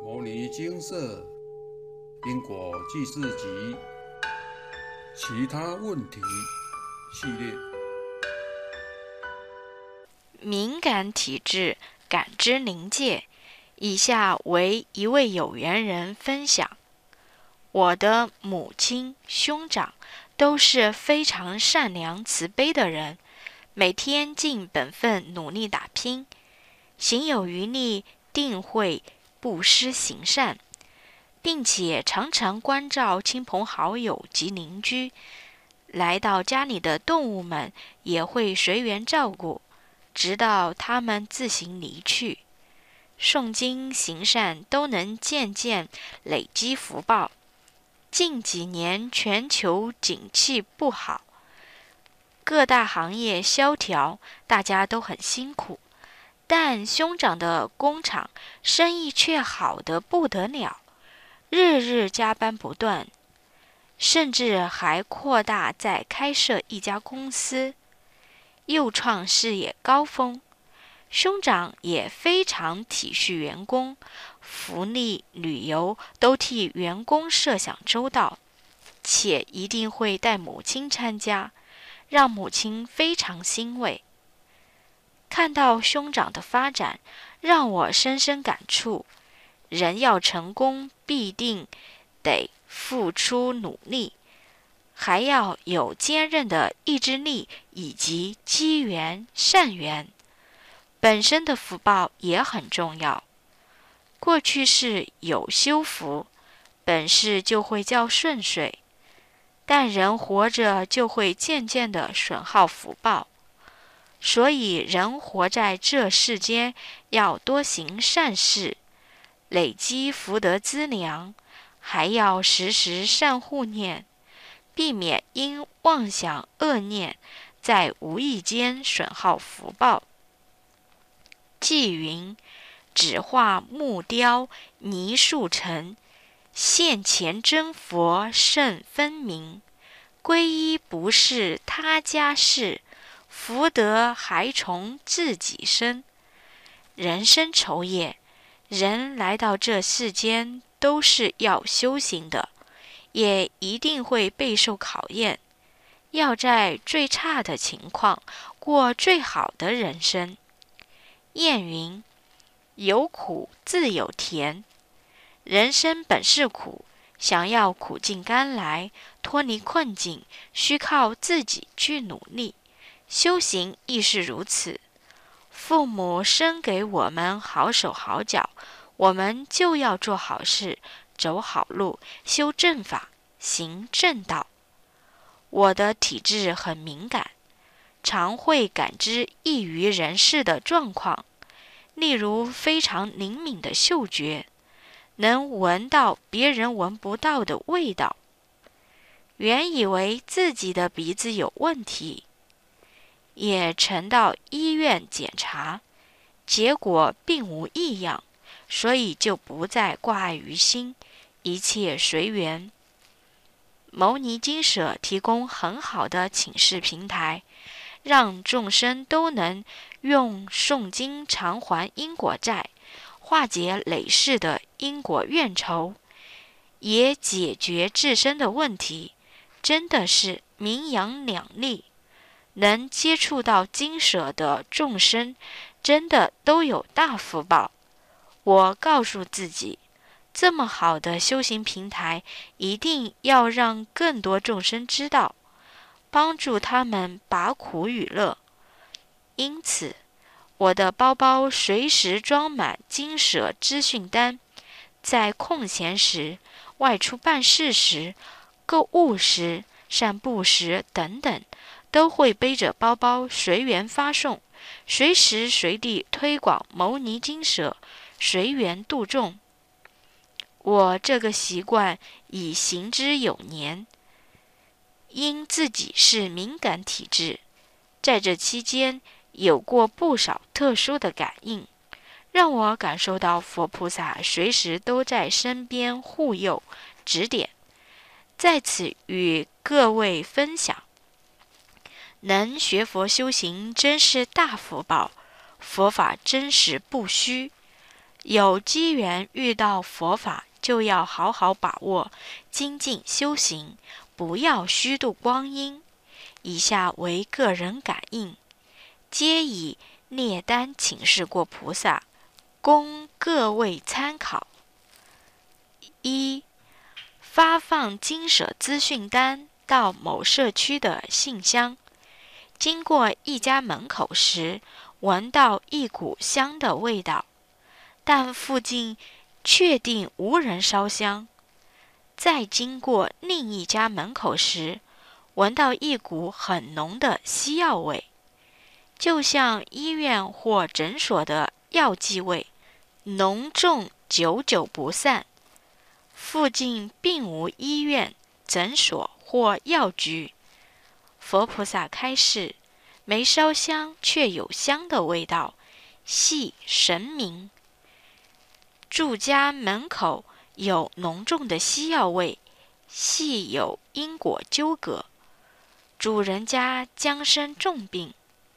牟尼精舍因果记事集其他问题系列。 敏感体质感知灵界，以下为一位有缘人分享：我的母亲、兄长都是非常善良慈悲的人，每天尽本分努力打拼，行有余力定会布施行善，并且常常关照亲朋好友及邻居，来到家里的动物们也会随缘照顾，直到他们自行离去。诵经行善都能渐渐累积福报。近几年全球景气不好，各大行业萧条，大家都很辛苦，但兄长的工厂生意却好得不得了，日日加班不断，甚至还扩大再开设一家公司，又创事业高峰。兄长也非常体恤员工，福利、旅游都替员工设想周到，且一定会带母亲参加，让母亲非常欣慰。看到兄长的发展，让我深深感触，人要成功必定得付出努力，还要有坚韧的意志力以及机缘善缘，本身的福报也很重要。过去世有修福，本世就会较顺遂，但人活着就会渐渐地损耗福报，所以人活在这世间，要多行善事，累积福德资粮，还要时时善护念，避免因妄想恶念在无意间损耗福报。纪云：只画木雕泥塑成，现前真佛甚分明。皈依不是他家事，福德还从自己身。人生愁业，人来到这世间都是要修行的，也一定会备受考验，要在最差的情况过最好的人生。谚云：有苦自有甜，人生本是苦，想要苦尽甘来，脱离困境，需靠自己去努力。修行亦是如此，父母生给我们好手好脚，我们就要做好事，走好路，修正法，行正道。我的体质很敏感，常会感知异于人世的状况，例如非常灵敏的嗅觉，能闻到别人闻不到的味道。原以为自己的鼻子有问题，也曾到医院检查，结果并无异样，所以就不再挂碍于心，一切随缘。牟尼精舍提供很好的请示平台，让众生都能用诵经偿还因果债，化解累世的因果怨仇，也解决自身的问题，真的是名扬两利。能接触到精舍的众生，真的都有大福报。我告诉自己，这么好的修行平台，一定要让更多众生知道，帮助他们把苦与乐。因此，我的包包随时装满精舍资讯单，在空闲时、外出办事时、购物时、散步时等等，都会背着包包随缘发送，随时随地推广牟尼精舍，随缘度众。我这个习惯已行之有年，因自己是敏感体质，在这期间有过不少特殊的感应，让我感受到佛菩萨随时都在身边护佑指点。在此与各位分享，能学佛修行真是大福报，佛法真实不虚。 有机缘遇到佛法，就要好好把握，精进修行，不要虚度光阴。以下为个人感应，皆以列单请示过菩萨，供各位参考。一、发放精舍资讯单到某社区的信箱，经过一家门口时，闻到一股香的味道，但附近确定无人烧香。再经过另一家门口时，闻到一股很浓的西药味，就像医院或诊所的药剂味，浓重久久不散。附近并无医院、诊所或药局。佛菩萨开示，没烧香却有香的味道，系神明。住家门口有浓重的西药味，系有因果纠葛，主人家将生重病。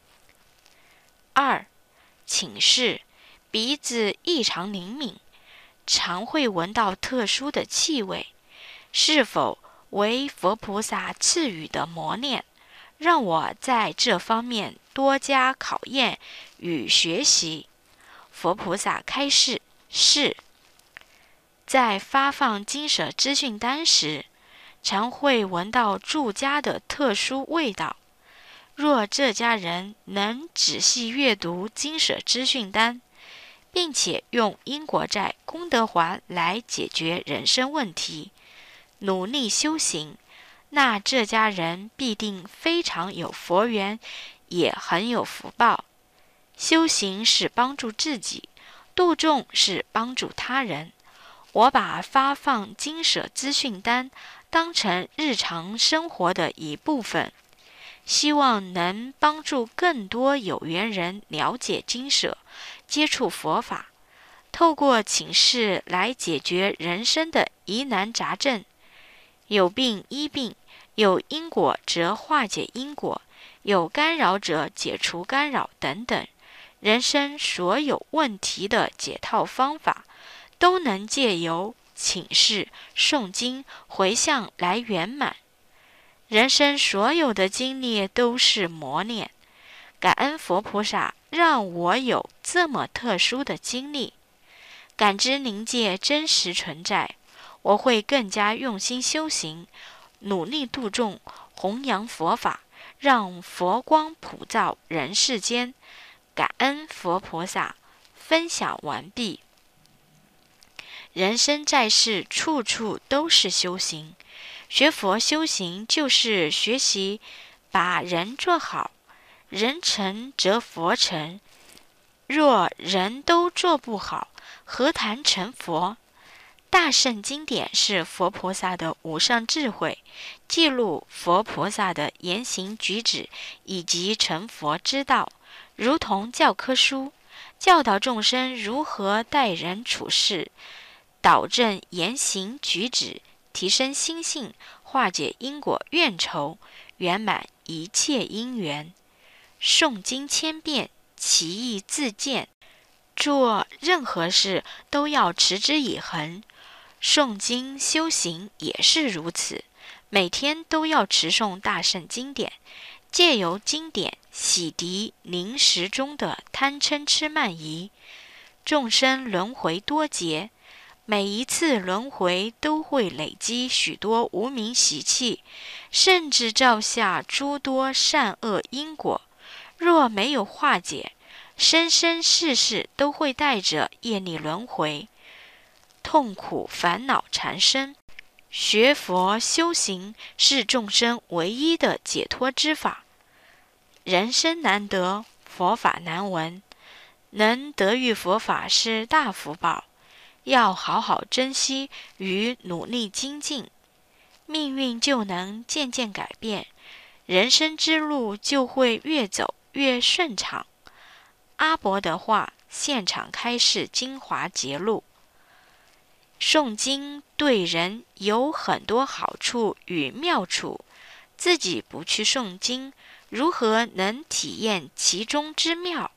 二、请示鼻子异常灵敏，常会闻到特殊的气味，是否为佛菩萨赐予的磨练，让我在这方面多加考验与学习？佛菩萨开示，是。在发放精舍资讯单时，常会闻到住家的特殊味道。若这家人能仔细阅读精舍资讯单，并且用因果债功德还来解决人生问题，努力修行，那这家人必定非常有佛缘，也很有福报。修行是帮助自己，度众是帮助他人。我把发放精舍资讯单当成日常生活的一部分，希望能帮助更多有缘人了解精舍，接触佛法，透过请示来解决人生的疑难杂症。有病医病，有因果则化解因果，有干扰者解除干扰等等。人生所有问题的解套方法，都能借由请示、诵经、回向来圆满。人生所有的经历都是磨练，感恩佛菩萨让我有这么特殊的经历。感知灵界真实存在，我会更加用心修行，努力度众，弘扬佛法，让佛光普照人世间。感恩佛菩萨，分享完毕。人生在世，处处都是修行。学佛修行就是学习把人做好，人成则佛成。若人都做不好，何谈成佛？大圣经典是佛菩萨的无上智慧，记录佛菩萨的言行举止以及成佛之道，如同教科书，教导众生如何待人处事，导正言行举止，提升心性，化解因果怨仇，圆满一切因缘。诵经千遍，其义自见。做任何事都要持之以恒，诵经修行也是如此，每天都要持诵大圣经典，借由经典洗涤灵识中的贪嗔痴慢疑。众生轮回多劫，每一次轮回都会累积许多无明习气，甚至造下诸多善恶因果。若没有化解，生生世世都会带着业力轮回，痛苦烦恼缠身。学佛修行是众生唯一的解脱之法。人生难得，佛法难闻，能得遇佛法是大福报，要好好珍惜与努力精进，命运就能渐渐改变，人生之路就会越走越顺畅。阿伯的话，现场开示精华节录。诵经对人有很多好处与妙处，自己不去诵经，如何能体验其中之妙？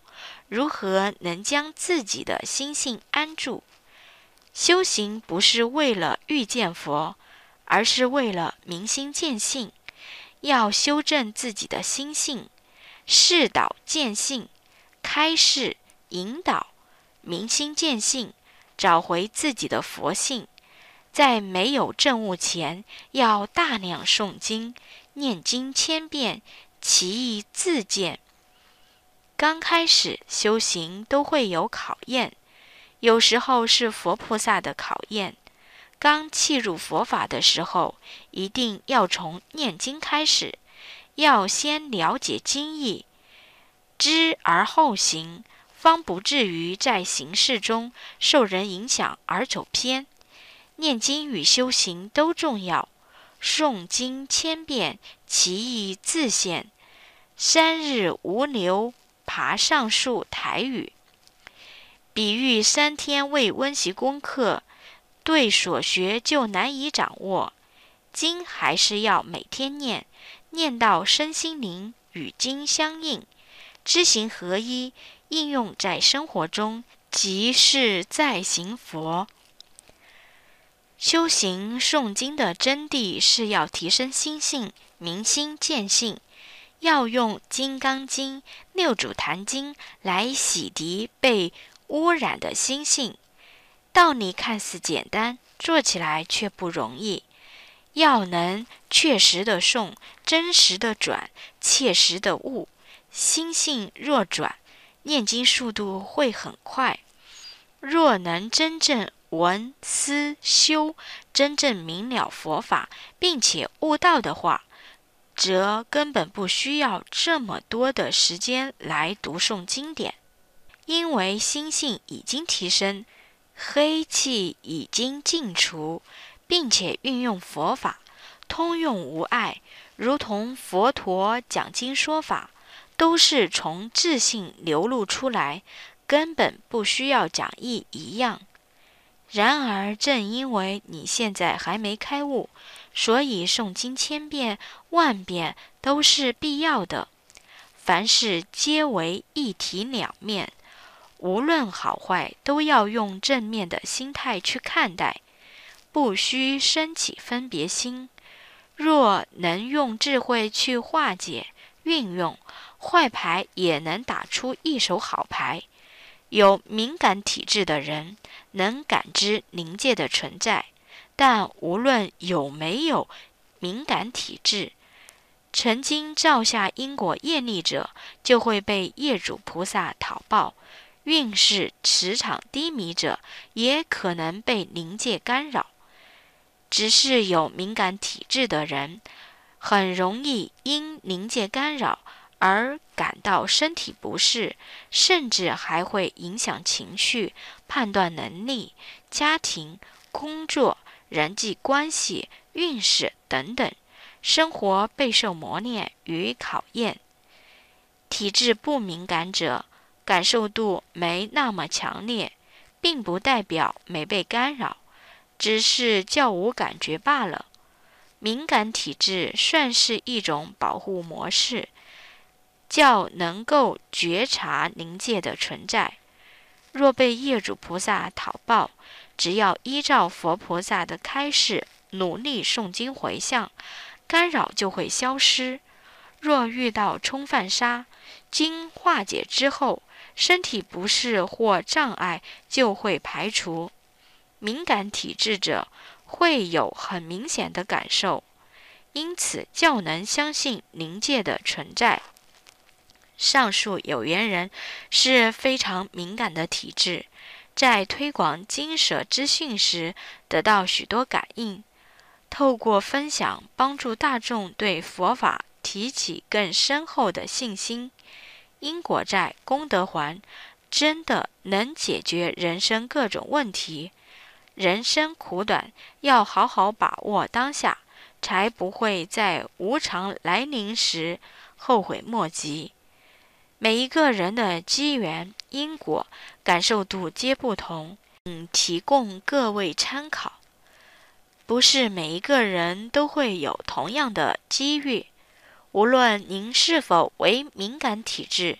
如何能将自己的心性安住？修行不是为了遇见佛，而是为了明心见性。要修正自己的心性，示导见性，开示引导，明心见性，找回自己的佛性。在没有证悟前，要大量诵经，念经千遍，其意自见。刚开始修行都会有考验，有时候是佛菩萨的考验。刚契入佛法的时候，一定要从念经开始，要先了解经义，知而后行，方不至于在行事中受人影响而走偏。念经与修行都重要，诵经千遍，其意自现。3日无牛，爬上树台语。比喻3天未温习功课，对所学就难以掌握。经还是要每天念，念到身心灵与经相应，知行合一，应用在生活中，即是在行佛。修行诵经的真谛是要提升心性，明心见性，要用《金刚经》《六祖坛经》来洗涤被污染的心性。道理看似简单，做起来却不容易。要能确实的诵，真实的转，切实的悟。心性若转，念经速度会很快。若能真正闻思修，真正明了佛法，并且悟道的话，则根本不需要这么多的时间来读诵经典，因为心性已经提升，黑气已经尽除，并且运用佛法，通用无碍，如同佛陀讲经说法，都是从自性流露出来，根本不需要讲义一样。然而正因为你现在还没开悟，所以诵经千遍万遍都是必要的。凡事皆为一体两面，无论好坏都要用正面的心态去看待，不需升起分别心。若能用智慧去化解运用，坏牌也能打出一手好牌。有敏感体质的人能感知灵界的存在，但无论有没有敏感体质，曾经造下因果业力者，就会被业主菩萨讨报。运势磁场低迷者，也可能被灵界干扰。只是有敏感体质的人，很容易因灵界干扰而感到身体不适，甚至还会影响情绪、判断能力、家庭、工作、人际关系、运势等等，生活备受磨练与考验。体质不敏感者，感受度没那么强烈，并不代表没被干扰，只是较无感觉罢了。敏感体质算是一种保护模式，较能够觉察灵界的存在。若被业主菩萨讨报，只要依照佛菩萨的开示，努力诵经回向，干扰就会消失。若遇到冲犯杀，经化解之后，身体不适或障碍就会排除。敏感体质者会有很明显的感受，因此较能相信灵界的存在。上述有缘人是非常敏感的体质，在推广经舍资讯时得到许多感应，透过分享帮助大众对佛法提起更深厚的信心。因果债功德还，真的能解决人生各种问题。人生苦短，要好好把握当下，才不会在无常来临时后悔莫及。每一个人的机缘、因果、感受度皆不同，提供各位参考。不是每一个人都会有同样的机遇。无论您是否为敏感体质，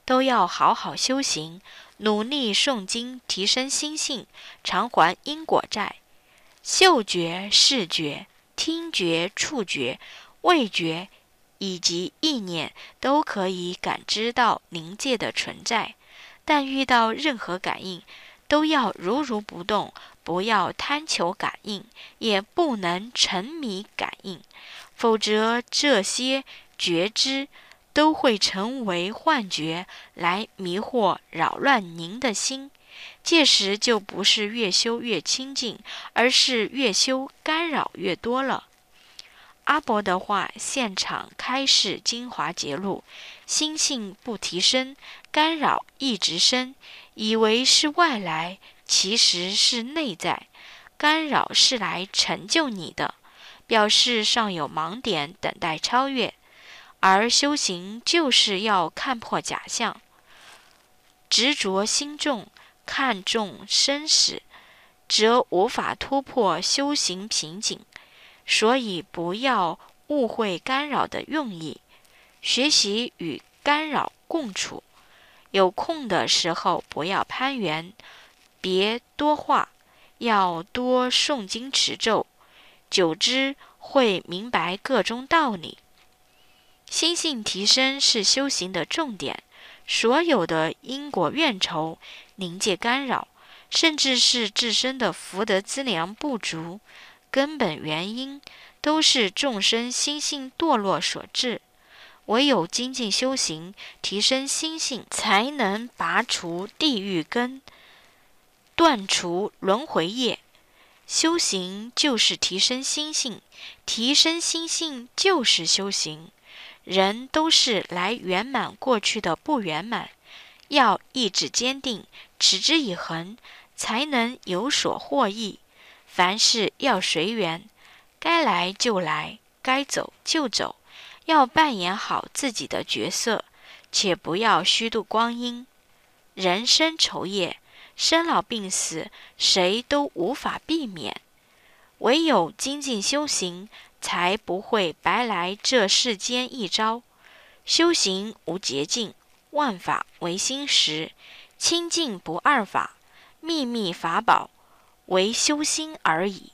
都要好好修行，努力诵经，提升心性，偿还因果债。嗅觉、视觉、听觉、触觉、味觉以及意念都可以感知到灵界的存在，但遇到任何感应，都要如不动，不要贪求感应，也不能沉迷感应，否则这些觉知都会成为幻觉，来迷惑扰乱您的心。届时就不是越修越清净，而是越修干扰越多了。阿伯的话现场开示精华节录，心性不提升，干扰一直生，以为是外来，其实是内在。干扰是来成就你的，表示尚有盲点等待超越。而修行就是要看破假象，执着心重，看重生死，则无法突破修行瓶颈。所以不要误会干扰的用意，学习与干扰共处。有空的时候不要攀缘，别多话，要多诵经持咒，久之会明白各中道理。心性提升是修行的重点，所有的因果怨仇、灵界干扰，甚至是自身的福德资粮不足，根本原因都是众生心性堕落所致。唯有精进修行，提升心性，才能拔除地狱根，断除轮回业。修行就是提升心性，提升心性就是修行。人都是来圆满过去的不圆满，要意志坚定，持之以恒，才能有所获益。凡事要随缘，该来就来，该走就走，要扮演好自己的角色，且不要虚度光阴。人生愁业，生老病死，谁都无法避免，唯有精进修行，才不会白来这世间一遭。修行无捷径，万法唯心识，清净不二法，秘密法宝，唯修心而已。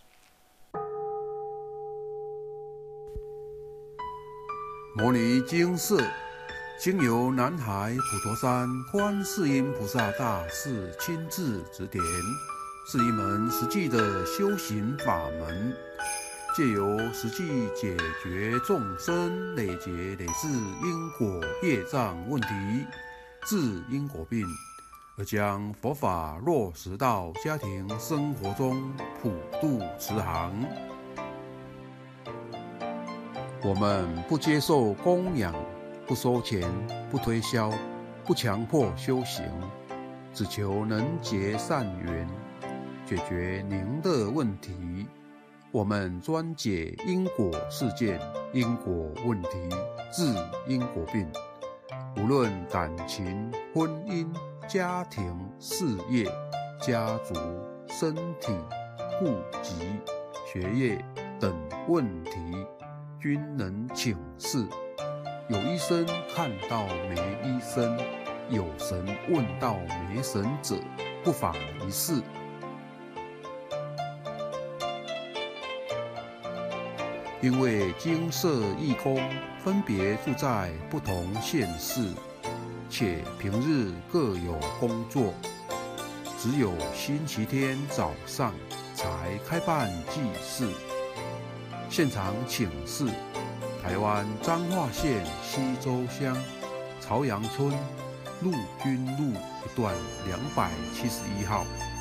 摩尼精舍经由南海普陀山观世音菩萨大士亲自指点，是一门实际的修行法门，借由实际解决众生累劫累世因果业障问题，治因果病，而将佛法落实到家庭生活中，普度慈航。我们不接受供养，不收钱，不推销，不强迫修行，只求能结善缘，解决您的问题。我们专解因果事件、因果问题，治因果病。无论感情、婚姻、家庭、事业、家族、身体、户籍、学业等问题，均能请示。有医生看到没医生，有神问到没神者，不妨一试。因为精舍义工分别住在不同县市，且平日各有工作，只有星期天早上才开办祭祀。现场请示台湾彰化县溪州乡朝阳村陆军路一段271号。